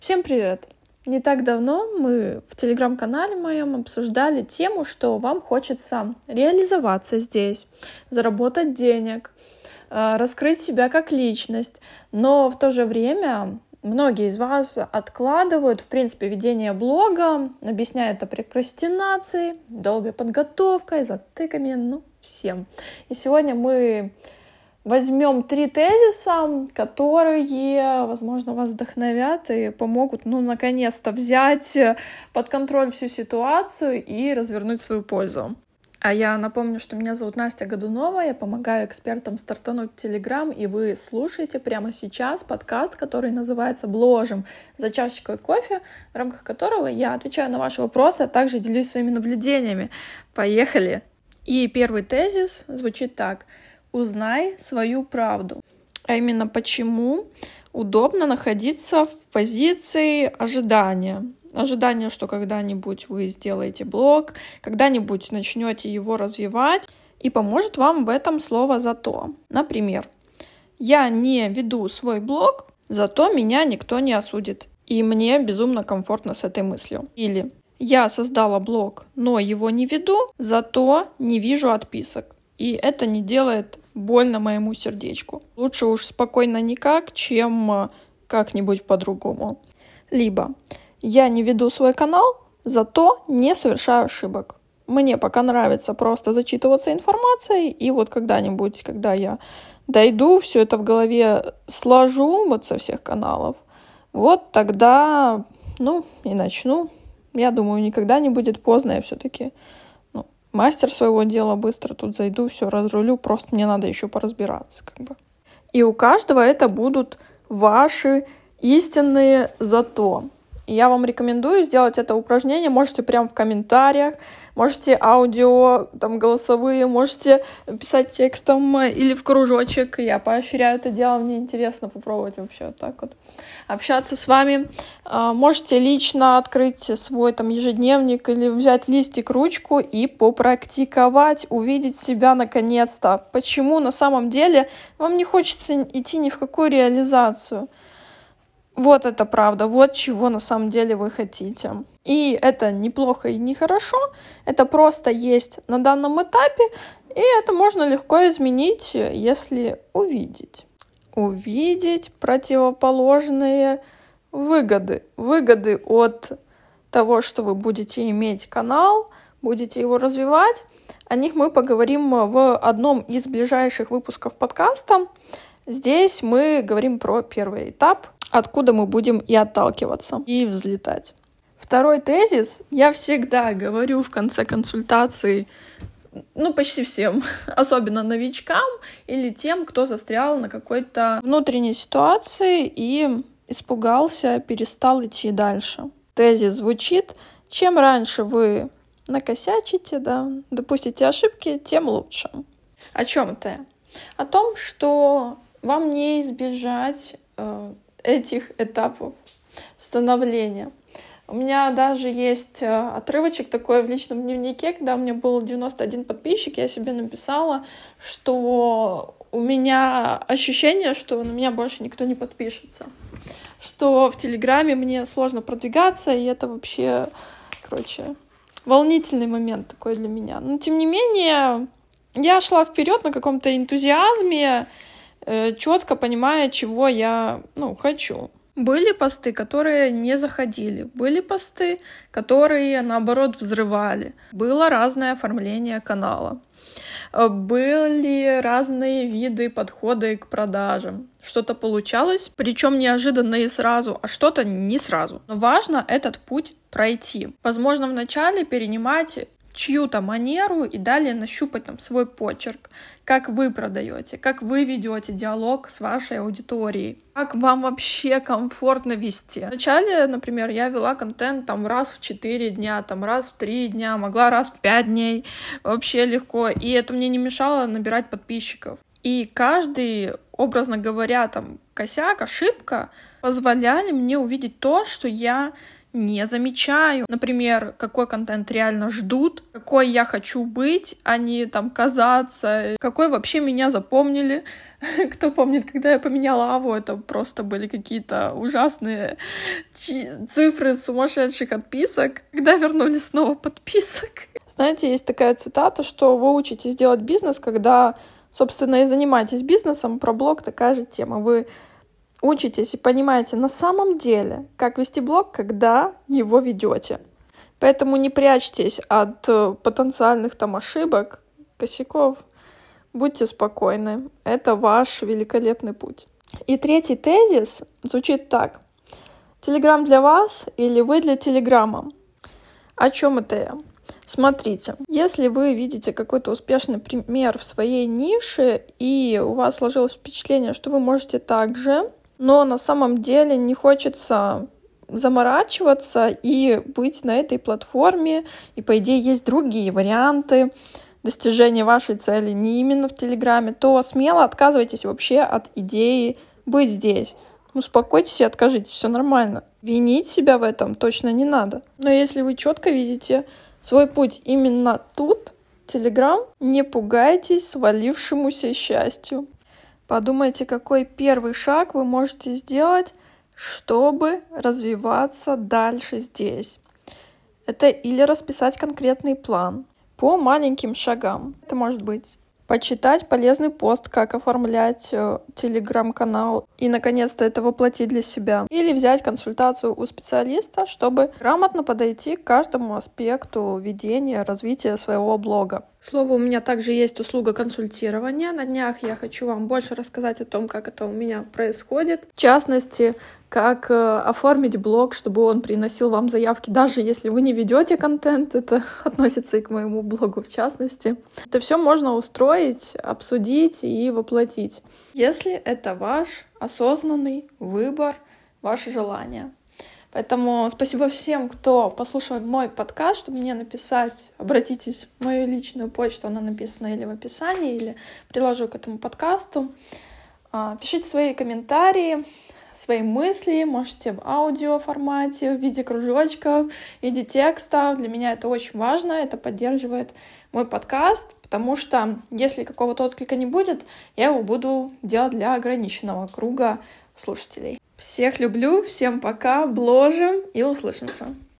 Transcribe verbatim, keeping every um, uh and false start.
Всем привет! Не так давно мы в телеграм-канале моем обсуждали тему, что вам хочется реализоваться здесь, заработать денег, раскрыть себя как личность, но в то же время многие из вас откладывают, в принципе, ведение блога, объясняя это прокрастинацией, долгой подготовкой, затыками, ну, всем. И сегодня мы возьмем три тезиса, которые, возможно, вас вдохновят и помогут, ну, наконец-то взять под контроль всю ситуацию и развернуть свою пользу. А я напомню, что меня зовут Настя Годунова, я помогаю экспертам стартануть в Телеграм, и вы слушаете прямо сейчас подкаст, который называется «Бложим за чашечкой кофе», в рамках которого я отвечаю на ваши вопросы, а также делюсь своими наблюдениями. Поехали! И первый тезис звучит так. Узнай свою правду. А именно, почему удобно находиться в позиции ожидания. Ожидание, что когда-нибудь вы сделаете блог, когда-нибудь начнете его развивать, и поможет вам в этом слово «зато». Например, я не веду свой блог, зато меня никто не осудит, и мне безумно комфортно с этой мыслью. Или я создала блог, но его не веду, зато не вижу отписок, и это не делает больно моему сердечку. Лучше уж спокойно никак, чем как-нибудь по-другому. Либо я не веду свой канал, зато не совершаю ошибок. Мне пока нравится просто зачитываться информацией, и вот когда-нибудь, когда я дойду, все это в голове сложу вот со всех каналов, вот тогда, ну, и начну. Я думаю, никогда не будет поздно, я все-таки ну, мастер своего дела, быстро тут зайду, все разрулю, просто мне надо еще поразбираться, как бы. И у каждого это будут ваши истинные зато. И я вам рекомендую сделать это упражнение. Можете прямо в комментариях, можете аудио, там, голосовые, можете писать текстом или в кружочек. Я поощряю это дело, мне интересно попробовать вообще вот так вот общаться с вами. Можете лично открыть свой там ежедневник или взять листик, ручку и попрактиковать, увидеть себя наконец-то. Почему на самом деле вам не хочется идти ни в какую реализацию? Вот это правда, вот чего на самом деле вы хотите. И это неплохо и не хорошо, это просто есть на данном этапе, и это можно легко изменить, если увидеть. Увидеть противоположные выгоды. Выгоды от того, что вы будете иметь канал, будете его развивать. О них мы поговорим в одном из ближайших выпусков подкаста. Здесь мы говорим про первый этап, откуда мы будем и отталкиваться, и взлетать. Второй тезис я всегда говорю в конце консультации, ну, почти всем, особенно новичкам или тем, кто застрял на какой-то внутренней ситуации и испугался, перестал идти дальше. Тезис звучит: чем раньше вы накосячите, да, допустите ошибки, тем лучше. О чем это я? О том, что вам не избежать э, этих этапов становления. У меня даже есть отрывочек такой в личном дневнике, когда у меня было девяносто один подписчик, я себе написала, что у меня ощущение, что на меня больше никто не подпишется, что в Телеграме мне сложно продвигаться, и это вообще, короче, волнительный момент такой для меня. Но тем не менее, я шла вперед на каком-то энтузиазме, четко понимая, чего я, ну, хочу. Были посты, которые не заходили, были посты, которые, наоборот, взрывали. Было разное оформление канала. Были разные виды подхода к продажам. Что-то получалось, причем неожиданно и сразу, а что-то не сразу. Но важно этот путь пройти. Возможно, вначале перенимать чью-то манеру и далее нащупать там свой почерк, как вы продаете, как вы ведете диалог с вашей аудиторией, как вам вообще комфортно вести. Вначале, например, я вела контент там раз в четыре дня, там раз в три дня, могла раз в пять дней, вообще легко, и это мне не мешало набирать подписчиков. И каждый, образно говоря, там косяк, ошибка позволяли мне увидеть то, что я не замечаю. Например, какой контент реально ждут, какой я хочу быть, а не там казаться, какой вообще меня запомнили. Кто помнит, когда я поменяла Аву, это просто были какие-то ужасные цифры сумасшедших отписок. Когда вернули снова подписок. Знаете, есть такая цитата, что вы учитесь делать бизнес, когда, собственно, и занимаетесь бизнесом. Про блог такая же тема. Вы учитесь и понимаете на самом деле, как вести блог, когда его ведете. Поэтому не прячьтесь от потенциальных там ошибок, косяков. Будьте спокойны. Это ваш великолепный путь. И третий тезис звучит так. Телеграм для вас или вы для Телеграма? О чем это я? Смотрите, если вы видите какой-то успешный пример в своей нише, и у вас сложилось впечатление, что вы можете так же, но на самом деле не хочется заморачиваться и быть на этой платформе, и, по идее, есть другие варианты достижения вашей цели не именно в Телеграме, то смело отказывайтесь вообще от идеи быть здесь. Успокойтесь и откажитесь, все нормально. Винить себя в этом точно не надо. Но если вы четко видите свой путь именно тут, Телеграм, не пугайтесь свалившемуся счастью. Подумайте, какой первый шаг вы можете сделать, чтобы развиваться дальше здесь. Это или расписать конкретный план по маленьким шагам. Это может быть почитать полезный пост, как оформлять э, телеграм-канал и, наконец-то, это воплотить для себя. Или взять консультацию у специалиста, чтобы грамотно подойти к каждому аспекту ведения, развития своего блога. К слову, у меня также есть услуга консультирования. На днях я хочу вам больше рассказать о том, как это у меня происходит. В частности, как э, оформить блог, чтобы он приносил вам заявки, даже если вы не ведете контент. Это относится и к моему блогу в частности. Это все можно устроить, обсудить и воплотить, если это ваш осознанный выбор, ваше желание. Поэтому спасибо всем, кто послушал мой подкаст. Чтобы мне написать, обратитесь в мою личную почту, она написана или в описании, или приложу к этому подкасту. Пишите свои комментарии, свои мысли, можете в аудиоформате, в виде кружочков, в виде текста. Для меня это очень важно, это поддерживает мой подкаст, потому что если какого-то отклика не будет, я его буду делать для ограниченного круга слушателей. Всех люблю, всем пока, бложим и услышимся.